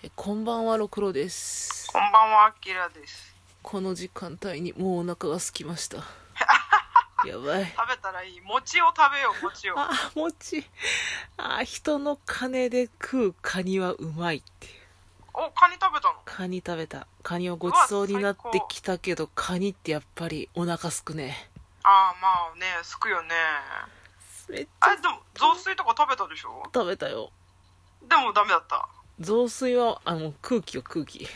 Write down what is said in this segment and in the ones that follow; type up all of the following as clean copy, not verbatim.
こんばんは、ろくろです。 こんばんは、あきらです。 この時間帯にもうお腹が空きました。やばい。 食べたらいい。餅を食べよう、餅を。 餅。人の金で食うカニはうまいっていう。 お、カニ食べたの？ カニ食べた。カニをごちそうになってきたけど、カニってやっぱりお腹すくね。 まあね、すくよね。 めっちゃ。 でも、雑炊とか食べたでしょ？ 食べたよ。 でもダメだった。 雑炊は、空気よ、空気。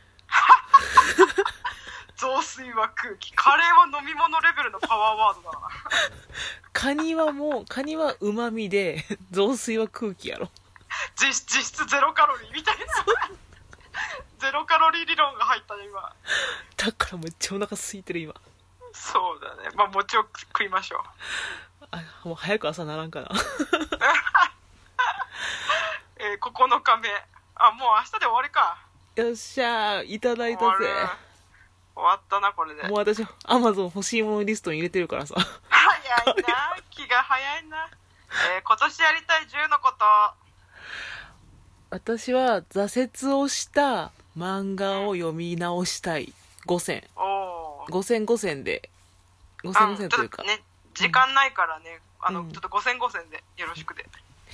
雑炊は空気。カレーは飲み物レベルのパワーワードだな。 カニは旨味で、雑炊は空気やろ。 実質ゼロカロリーみたいな。ゼロカロリー理論が入ったね、今。 だからめっちゃお腹空いてる、今。 そうだね。まあ、餅を食いましょう。もう早く朝ならんかな。 9日目。もう明日で終わりか。 よっしゃー、いただいたぜ。 終わったな、これで。 もう私、アマゾン欲しいものリストに入れてるからさ。 早いな、気が早いな。今年やりたい10のこと。 私は挫折をした漫画を読み直したい。5選。5選で。5選というか。 ね、時間ないからね、ちょっと5選でよろしくで。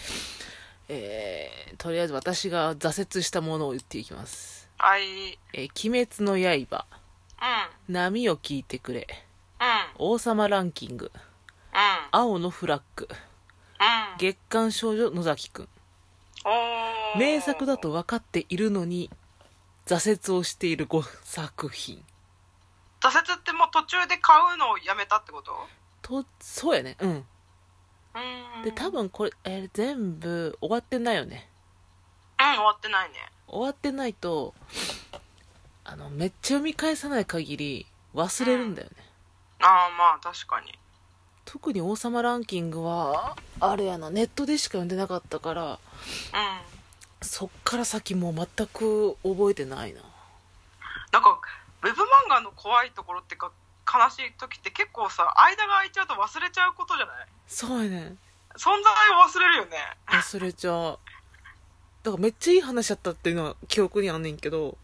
とりあえず私が挫折したものを言っていきます。 はい。 鬼滅の刃。波を聞いてくれ。王様ランキング。青のフラッグ。月刊少女野崎くん。名作だと分かっているのに挫折をしている5作品。 挫折ってもう途中で買うのをやめたってこと？ そうやね。で多分これ、全部終わってないよね。 終わってないね。 終わってないとめっちゃ読み返さない限り忘れるんだよね。 まあ確かに。 特に王様ランキングはあれやな、ネットでしか読んでなかったから、そっから先もう全く覚えてないな。 なんかウェブ漫画の怖いところってか、悲しい時って結構さ、間が空いちゃうと忘れちゃうことじゃない？ そうやね。 存在を忘れるよね。 忘れちゃう。だからめっちゃいい話やったっていうのは記憶にあんねんけど、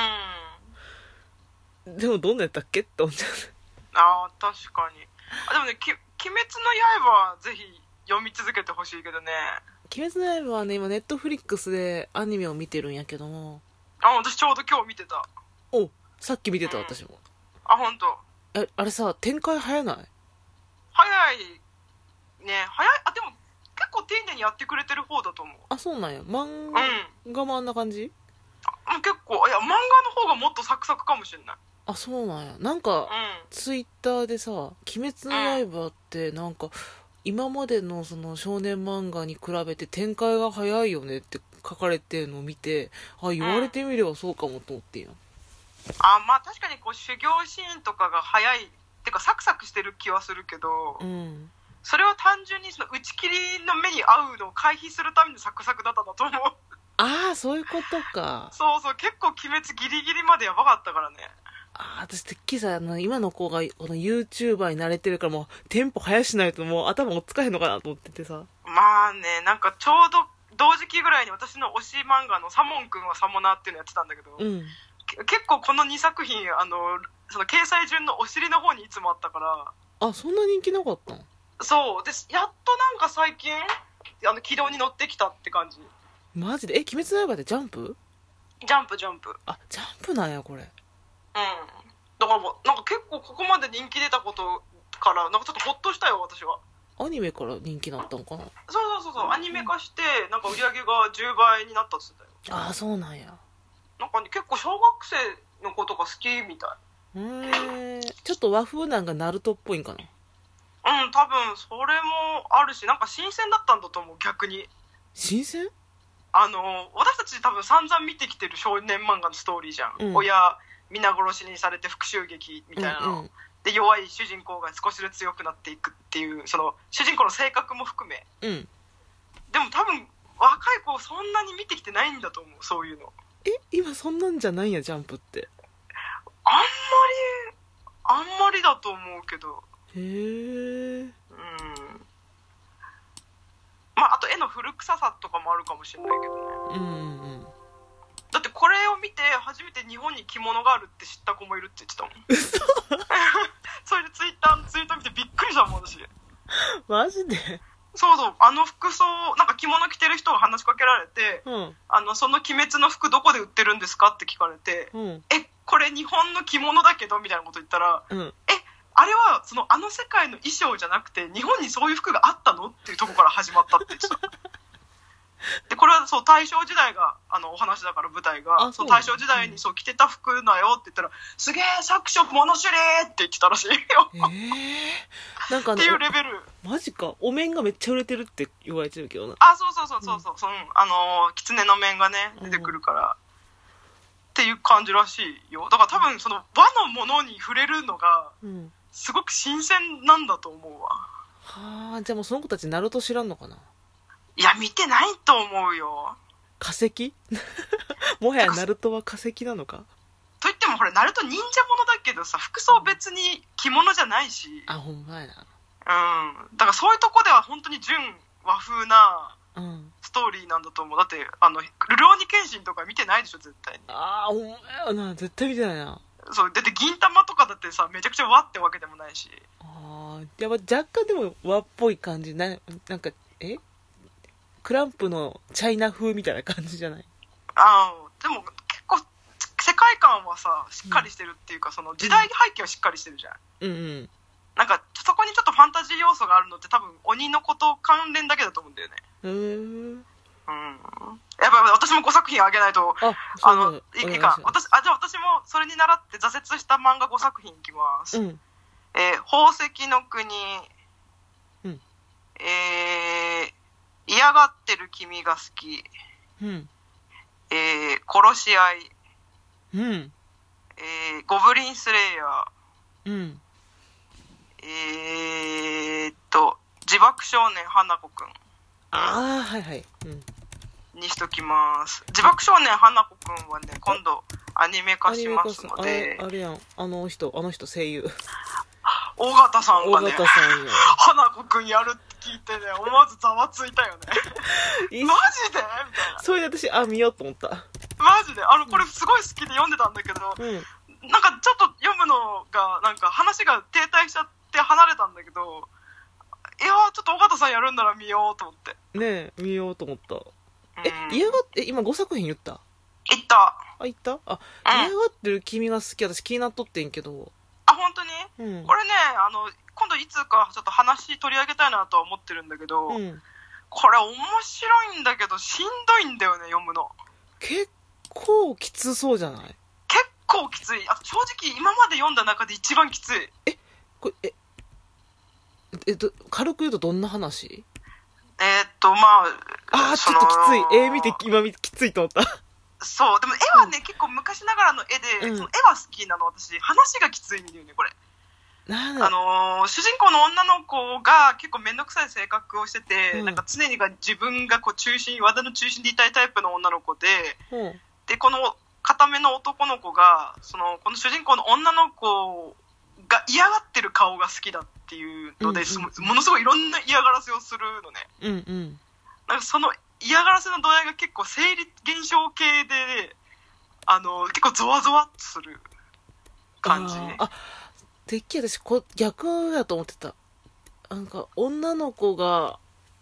でもどんなやったっけって思っちゃう。 確かに。でもね、鬼滅の刃はぜひ読み続けてほしいけどね。 鬼滅の刃はね、今ネットフリックスでアニメを見てるんやけども。 私ちょうど今日見てた。 さっき見てた、私も。 本当。 あれさ、展開早ない？ 早いね。でも結構丁寧にやってくれてる方だと思う。 そうなんや。漫画もあんな感じ？ 結構、漫画の方がもっとサクサクかもしれない。 そうなんや。なんか、ツイッターでさ、鬼滅の刃ってなんか、今までのその少年漫画に比べて展開が早いよねって書かれてるのを見て、言われてみればそうかもと思ってんや。 まあ確かにこう修行シーンとかが早いってかサクサクしてる気はするけど、それは単純にその打ち切りの目に合うのを回避するためのサクサクだったんだと思う。 そういうことか。 そう結構鬼滅ギリギリまでやばかったからね。 私てっきりさ、今の子がこの YouTuber に慣れてるからもうテンポ早しないともう頭をつかへんのかなと思っててさ。 まあね、なんかちょうど同時期ぐらいに私の推し漫画のサモンくんはサモナーっていうのやってたんだけど、結構この2作品その掲載順のお尻の方にいつもあったから。 そんな人気なかったん？ そうで、やっとなんか最近軌道に乗ってきたって感じ。 マジで？鬼滅の刃ってジャンプ？ ジャンプ。ジャンプなんやこれ。 だからなんか結構ここまで人気出たことからなんかちょっとホッとしたよ、私は。 アニメから人気になったんかな？ そうアニメ化してなんか売り上げが10倍になったって言ってたよ。 そうなんや。 なんかね、結構小学生の子とか好きみたい。ちょっと和風なんがナルトっぽいんかな？ 多分それもあるし、なんか新鮮だったんだと思う、逆に。 新鮮？ 私たち多分散々見てきてる少年漫画のストーリーじゃん。親皆殺しにされて復讐劇みたいなの、で弱い主人公が少しずつ強くなっていくっていう、その主人公の性格も含め、でも多分若い子そんなに見てきてないんだと思う、そういうの。 今そんなんじゃないんや、ジャンプって。 あんまりだと思うけど。 へえ。 あと絵の古臭さとかもあるかもしれないけどね。だって見て初めて日本に着物があるって知った子もいるって言ってたもんそれでツイート見てびっくりしたもん私。 マジで？ そうそう、服装なんか着物着てる人が話しかけられて、その鬼滅の服どこで売ってるんですかって聞かれて、これ日本の着物だけどみたいなこと言ったら、あれはあの世界の衣装じゃなくて日本にそういう服があったのっていうところから始まったって言ってたでこれはそう大正時代がお話だから舞台がそう大正時代にそう着てた服だよって言ったら、すげえ作者物知りって言ってたらしいよなんかっていうレベル。 マジか。お面がめっちゃ売れてるって言われてるけどな。 そう狐の面がね出てくるから、っていう感じらしいよ。だから多分和のものに触れるのがすごく新鮮なんだと思うわ。 はあ、じゃあもうその子たちナルト知らんのかな。 いや見てないと思うよ。 化石もはやナルトは化石なのか。 といってもナルト忍者ものだけどさ、服装別に着物じゃないし。 ほんまやな。 だからそういうとこでは本当に純和風なストーリーなんだと思う。だってルローニケンシンとか見てないでしょ絶対に。 ほんまやな、絶対見てないな。 そうだって銀玉とかだってさめちゃくちゃ和ってわけでもないし。 やっぱ若干でも和っぽい感じなんかクランプのチャイナ風みたいな感じじゃない？ でも結構世界観はさしっかりしてるっていうか、時代背景はしっかりしてるじゃん。なんかそこにちょっとファンタジー要素があるのって多分鬼のこと関連だけだと思うんだよね。やっぱり私も5作品あげないといいか。じゃあ私もそれに倣って挫折した漫画5作品いきます。宝石の国、嫌がってる君が好き、殺し合い、ゴブリンスレイヤー、自爆少年花子くんにしときます。自爆少年花子くんはね今度アニメ化しますので。 あれやん、あの人声優尾形さんがね花子くんやるって聞いてね思わずざわついたよねマジでみたいな。 それで私見ようと思った。 マジでこれすごい好きで読んでたんだけど、なんかちょっと読むのがなんか話が停滞しちゃって離れたんだけど、いやちょっと尾形さんやるんなら見ようと思ってね見ようと思った。嫌がって今5作品言った？ 言った。 言った？嫌がってる君が好き、私気になっとってんけど。 本当に？これね今度いつかちょっと話取り上げたいなとは思ってるんだけど、これ面白いんだけどしんどいんだよね読むの。 結構きつそうじゃない？ 結構きつい。正直今まで読んだ中で一番きつい。 これ軽く言うとどんな話？ ちょっときつい。見て今きついと思ったそうでも絵はね、結構昔ながらの絵で、その絵は好きなの。私話がきついんだよねこれ。主人公の女の子が結構面倒くさい性格をしてて、なんか常に自分が和田の中心でいたいタイプの女の子で、でこの固めの男の子がこの主人公の女の子が嫌がってる顔が好きだっていうので、ものすごいいろんな嫌がらせをするのね。なんかその嫌がらせの度合いが結構生理現象系で、結構ゾワゾワっとする感じ。 てっきり私逆やと思ってた。なんか女の子が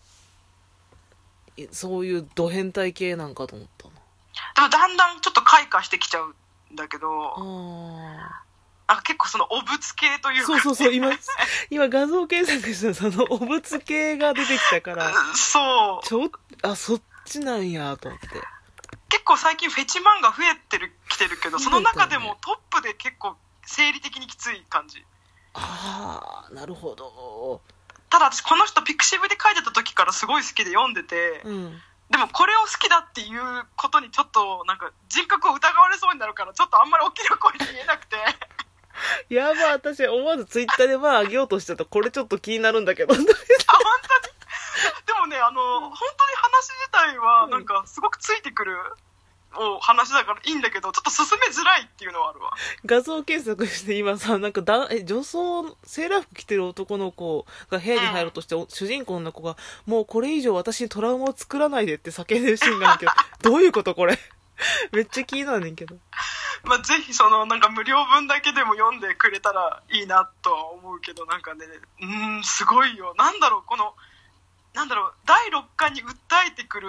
そういうド変態系なんかと思ったな。 でもだんだんちょっと開花してきちゃうんだけど、結構お物系というか、 そう今画像検索したらお物系が出てきたからそっちなんやと思って。 結構最近フェチ漫画増えてきてるけど、その中でもトップで結構生理的にきつい感じ。 なるほど。 ただ私この人ピクシブで書いてた時からすごい好きで読んでて、でもこれを好きだっていうことにちょっとなんか人格を疑われそうになるから、ちょっとあんまり大きな声で言えなくてやば、私思わずツイッターであげようとしてた。これちょっと気になるんだけど本当にでもね、本当に話自体はなんかすごくついてくる話だからいいんだけど、ちょっと進めづらいっていうのはあるわ。 画像検索して今さ、なんか女装セーラー服着てる男の子が部屋に入ろうとして、主人公の子がもうこれ以上私にトラウマを作らないでって叫んでるシーンがあるけどどういうことこれめっちゃ気になるねんけど。 まあ、ぜひなんか無料分だけでも読んでくれたらいいなとは思うけど、なんかね、すごいよ。なんだろう、第6巻に訴えてくる、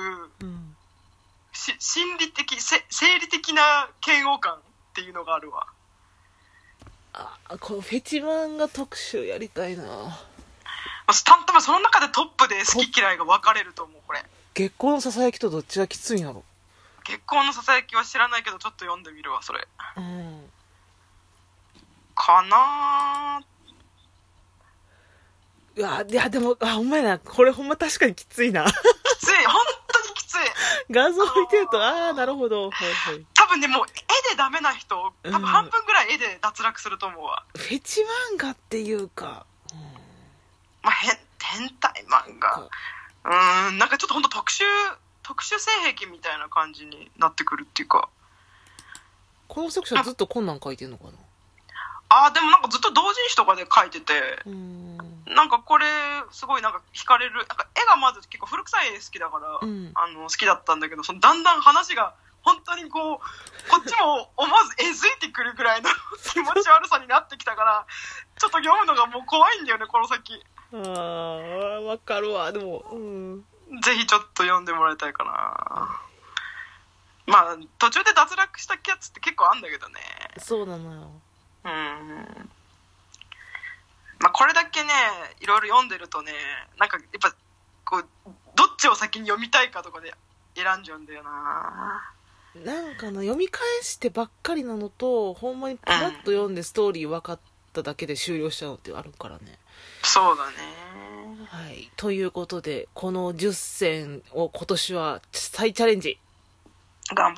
心理的、生理的な嫌悪感っていうのがあるわ。 このフェチ漫画特集やりたいな。 多分その中でトップで好き嫌いが分かれると思う、これ。 月光のささやきとどっちがきついんやろ。 月光のささやきは知らないけど、ちょっと読んでみるわ、それ。かなー。いやでもほんまやな、これほんま確かにきついな。 きつい、本当にきつい。 画像見てるとなるほど、はいはい。 多分ね、もう絵でダメな人、多分半分ぐらい絵で脱落すると思うわ。 フェチ漫画っていうか、 まあ、変態漫画、なんかちょっと本当特殊性癖みたいな感じになってくるっていうか。 この作者ずっとこんなん書いてんのかな。 でもなんかずっと同人誌とかで書いてて、なんかこれすごいなんか惹かれる。なんか絵がまず結構古臭い絵好きだから、好きだったんだけど、だんだん話が本当にこっちも思わずえずいてくるぐらいの気持ち悪さになってきたから、ちょっと読むのがもう怖いんだよね、この先。 わかるわ。でも、 ぜひちょっと読んでもらいたいかな。まあ途中で脱落したやつって結構あんだけどね。 そうなのよ。 まあこれだけね、いろいろ読んでるとね、なんかやっぱどっちを先に読みたいかとかで選んじゃうんだよな。 なんか読み返してばっかりなのと、ほんまにパラッと読んでストーリー分かっただけで終了しちゃうのってあるからね。 そうだね。 はい。ということで、この10選を今年は再チャレンジ。 頑張